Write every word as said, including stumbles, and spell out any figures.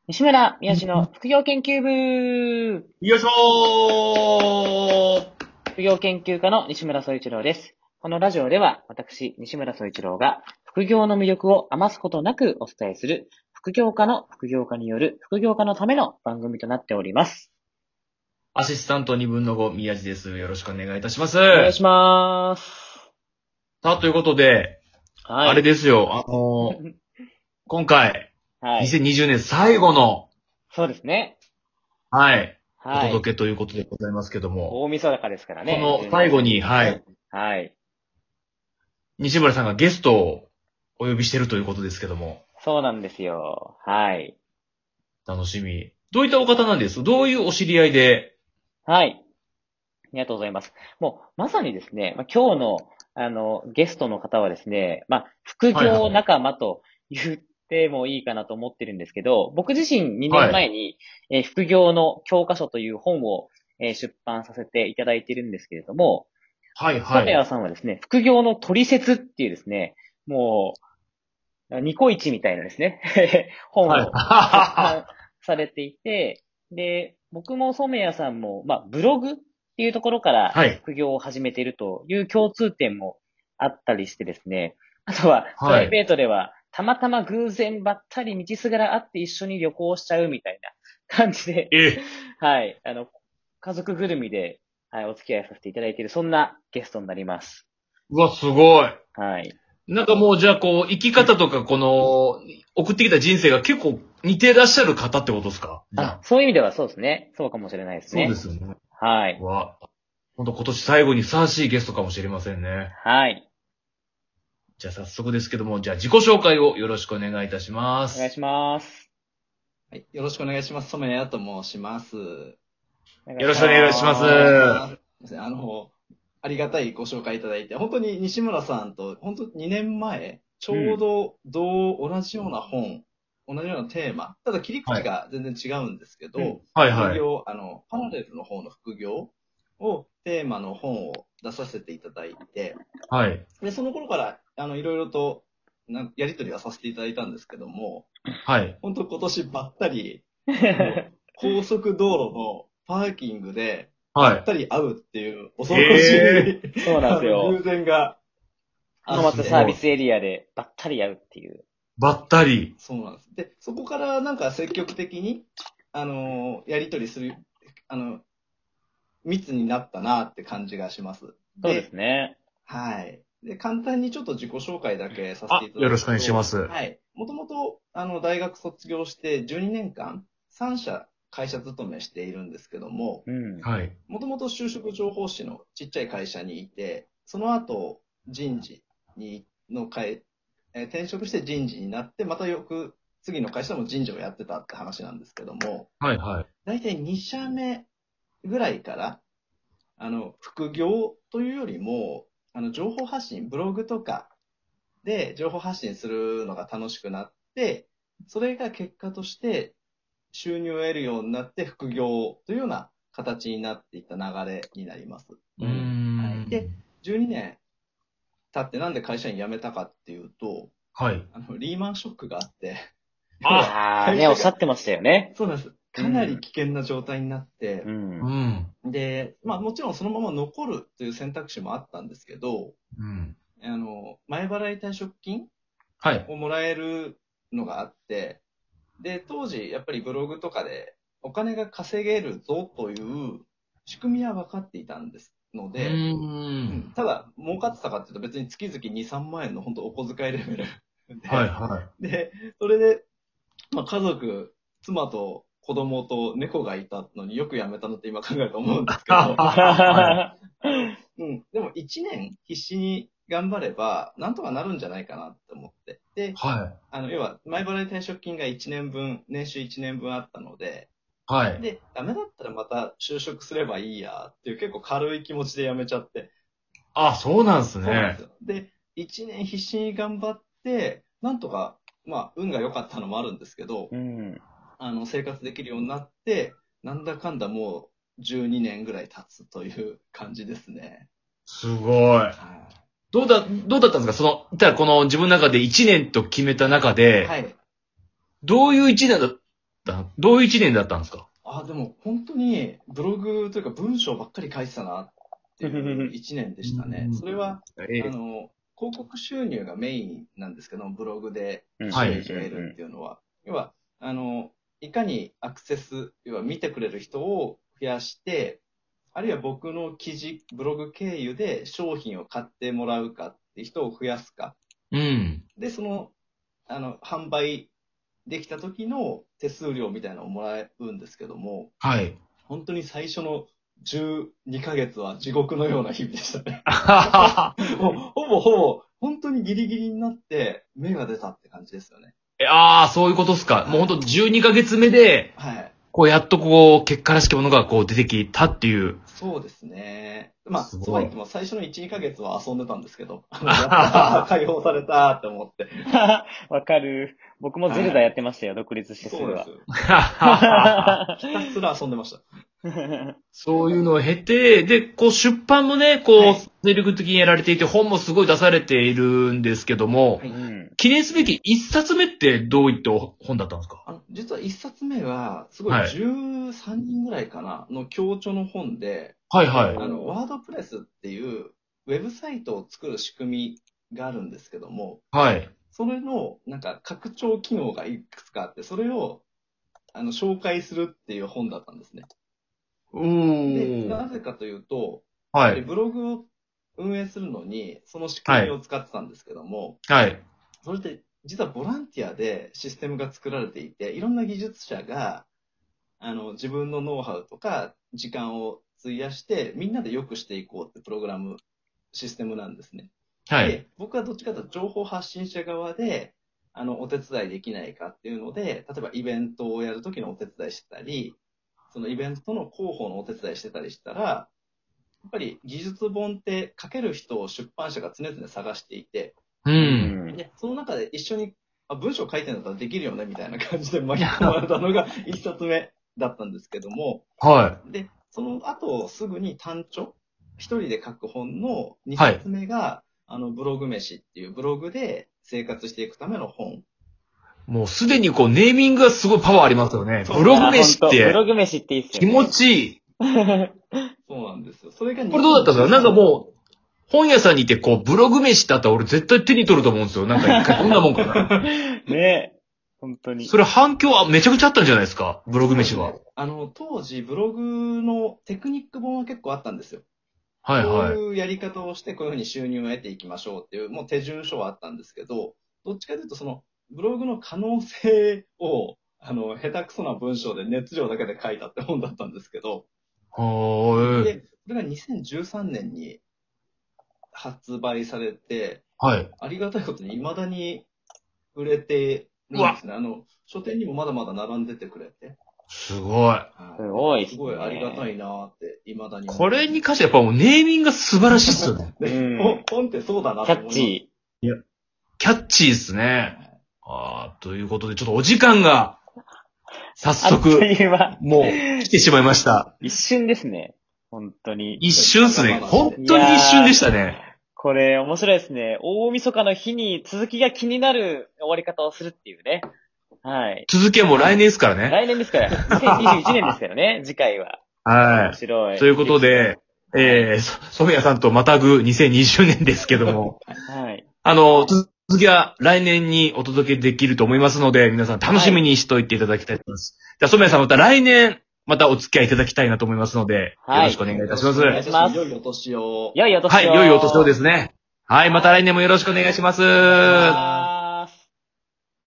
西村宮治の副業研究部。 よいしょー。 副業研究家の西村総一郎です。このラジオでは私、西村総一郎が副業の魅力を余すことなくお伝えする副業家の副業家による副業家のための番組となっております。 アシスタントにぶんのご、宮治です。よろしくお願いいたします。 お願いします。 さあ、ということで、 はい。 あれですよ、あのー、今回、 はい。 にせんにじゅうねん最後の、 そうですね。 はい、 はい。 お届けということでございますけども、 大晦日ですからね。 この最後に、はい、 はい。 西村さんがゲストをお呼びしているということですけども、 そうなんですよ。はい。 楽しみ。どういったお方なんです？どういうお知り合いで？ はい。ありがとうございます。もう、まさにですね、まあ、今日の、あの、ゲストの方はですね、まあ、副業はいはい。 仲間と言ってもいいかなと思ってるんですけど、僕自身にねんまえに、えー副業の教科書という本を、えー出版させていただいているんですけれども、 はいはい。 染谷さんはですね、副業の取説っていうですね、もう、ニコイチみたいなですね、本はい。 を出版されていて、で、僕も染谷さんも、まあ、ブログっていうところからはい。 副業を始めているという共通点もあったりしてですね、あとは、プラはい。 イベートでは、たまたま偶然ばったり道すがら会って一緒に旅行しちゃうみたいな感じで、 え、 はい、あの、家族ぐるみで、はい、お付き合いさせていただいている、そんなゲストになります。 うわ、すごい。 はい。 なんかもうじゃあこう、生き方とかこの、送ってきた人生が結構似てらっしゃる方ってことですか？じゃあ、 あ。 そういう意味ではそうですね。そうかもしれないですそうでね。 すよね。 はい。 わ、本当今年最後にふさわしいゲストかもしれませんね。 はい。 じゃあ早速ですけども、じゃあ自己紹介をよろしくお願いいたします。 お願いします。 はい。よろしくお願いします。染谷と申します。 お願いしよろしくお願いします。 ます。 あの、ありがたいご紹介いただいて、本当に西村さんと、本当にねんまえ、ちょうど同、同じような本、同じようなテーマ、ただ切り口が全然違うんですけど、 うんはいはい。 副業、あの、パラレルの方の副業をテーマの本を出させていただいて、 はい。 で、その頃から、あの、いろいろと、なやりとりはさせていただいたんですけども、 はい。 本当今年ばったり、もう高速道路のパーキングでばはい。 ったり会うっていう恐ろしい、 えそうなんですよあの偶然があ浜って、 松サービスエリアでばったり会うっていう。 ばったり。 そうなんです。で、そこからなんか積極的に、あのやりとりする、あの、密になったなって感じがします。 そうですね。 はい。で、簡単にちょっと自己紹介だけさせあ、 ていただくと。 よろしくお願いします。 はい。もともと、あの、大学卒業してじゅうにねんかん、さん社会社勤めしているんですけども、 うん。 はい。 もともと就職情報誌のちっちゃい会社にいて、その後、人事に、の会、えー転職して人事になって、またよく、次の会社でも人事をやってたって話なんですけども、 はいはい。 だいたいに社目ぐらいから、あの、副業というよりも、あの、情報発信、ブログとかで情報発信するのが楽しくなって、それが結果として収入を得るようになって副業というような形になっていった流れになります。 うーん。 はい、で、じゅうにねん経ってなんで会社員辞めたかっていうと、 はい。 あの、リーマンショックがあって、 ああ、ね、おっしゃってましたよね。 そうなんです。かなり危険な状態になって、 う。 うんん。 で、まあもちろんそのまま残るという選択肢もあったんですけど、 うん。 あの、前払い退職金はい。 をもらえるのがあって、で、当時やっぱりブログとかでお金が稼げるぞという仕組みは分かっていたんですのうで、 ーうんん。 ただ儲かってたかっていうと別に月々に、さんまん円の本当お小遣いレベルで、 はいはで、それで、まあ、家族、妻と子供と猫がいたのによく辞めたのって今考えると思うんですけど、 はうん、でもいちねん必死に頑張ればなんとかなるんじゃないかなって思って。で、 い。はあの、要は前払い退職金がいちねんぶん、年収いちねんぶんあったので、 い。はい。 で、ダメだったらまた就職すればいいやっていう結構軽い気持ちで辞めちゃって。 あ、そうなんですね。 そうなんですよ。で、いちねん必死に頑張って、なんとか、まあ、運が良かったのもあるんですけど、 うん。 あの、生活できるようになって、なんだかんだもうじゅうにねんぐらい経つという感じですね。 すごい。 はどうだ、どうだったんですか？その、じゃあこの自分の中でいちねんと決めた中で、 い。はい。 どういういちねんだった、どういう一年だったんですか？ あ、でも本当にブログというか文章ばっかり書いてたなっていう一年でしたね。それは、 えあの、広告収入がメインなんですけど、ブログでうん収益を得るっていうのは。要は、あの、いかにアクセス、要は見てくれる人を増やして、あるいは僕の記事、ブログ経由で商品を買ってもらうかって人を増やすか。 うん。 で、その、あの、販売できた時の手数料みたいなのをもらうんですけども、 はい。 本当に最初のじゅうにかげつは地獄のような日々でしたね。もうほぼほぼ、本当にギリギリになって芽が出たって感じですよね。 ああ、そういうことですか。もうほんとじゅうにかげつめで、 はい。 こうやっとこう、結果らしきものがこう出てきたっていう。 そうですね。まあ、 すごいそうは言っても最初のいち、にかげつは遊んでたんですけど、あのやったー解放されたーって思って。 わかる。僕もゼルダやってましたよ、独立してすぐはそうです。。ひたすら遊んでました。 そういうのを経て、で、こう出版もね、こう、 はい精力的にやられていて、本もすごい出されているんですけども、 はいうん記念すべき一冊目ってどういった本だったんですか？ あの実はいっさつめは、すごはいいじゅうさんにんぐらいかな、の協調の本で、 はいはい。 あの、ワードプレスっていうウェブサイトを作る仕組みがあるんですけども、 はい。 それのなんか拡張機能がいくつかあって、それをあの紹介するっていう本だったんですね。 おで、 ー。 なぜかというと、 はい。 やっぱりブログを運営するのに、その仕組みを使ってたんですけども、 はい。 それって実はボランティアでシステムが作られていて、いろんな技術者があの自分のノウハウとか時間を費やしてみんなで良くしていこうってプログラム、システムなんですね。 はい。 で、僕はどっちかというと情報発信者側で、あの、お手伝いできないかっていうので、例えばイベントをやるときのお手伝いしてたり、そのイベントの広報のお手伝いしてたりしたら、やっぱり技術本って書ける人を出版社が常々探していて、 う。 うんんで、その中で一緒に、あ、文章書いてるんだったらできるよねみたいな感じで巻き込まれたのが一冊目だったんですけども、 はで、その後すぐに単著、一人で書く本の二冊目が、あの、ブログ飯っていうブログで生活していくための本。 い。もうすでにこう、ネーミングがすごいパワーありますよね。 そうブログ飯っあほんとブロてグ飯っていいっすよね。 気持ちいい。 そうなんですよ。それがこれどうだったんですか？なんかもう、本屋さんにいてこう、ブログ飯ってあったら俺絶対手に取ると思うんですよ。なんか一回どんなもんかな。 ねえ。本当に。 それ反響はめちゃくちゃあったんじゃないですか？ブログ飯は。 あの、当時ブログのテクニック本は結構あったんですよ。こはいはい。 ういうやり方をしてこういうふうに収入を得ていきましょうっていう、もう手順書はあったんですけど、どっちかというとその、ブログの可能性を、あの、下手くそな文章で熱量だけで書いたって本だったんですけど、 はーい。 で、それがにせんじゅうさんねんに発売されて、 はい。 ありがたいことに未だに売れてるんですね。あの、書店にもまだまだ並んでてくれて。 すごい。 はいすごいっすねすごいありがたいなーって、未だに。 これに関してやっぱもうネーミングが素晴らしいっすよね。 で、 うん本本ってそうだなキャッと思います。 チキャッチーっすね。ああ、ということでちょっとお時間が、早ー。あっと速、 いう間。 もう来てしまいました。 一瞬ですね。本当に。 一瞬っすね。本当に一瞬でしたね。 これ面白いですね。大晦日の日に続きが気になる終わり方をするっていうね。はい。 続きはもう来年ですからね。 来年ですから。にせんにじゅういちねんですからね、次回は。 は面白い。 い。ということで、えー、そソフィアさんとまたぐにせんにじゅうねんですけども、 はい。 あの、続きは来年にお届けできると思いますので、皆さん楽しみにしといていただきたいと思います。じゃあ、ソフィアさんまた来年、またお付き合いいただきたいなと思いますので、 はいよろしくお願いいたします。 お願いします。 お願いします良いお年を。 良いお年を。 はい、良いお年をですね。はい、また来年もよろしくお願いします。 は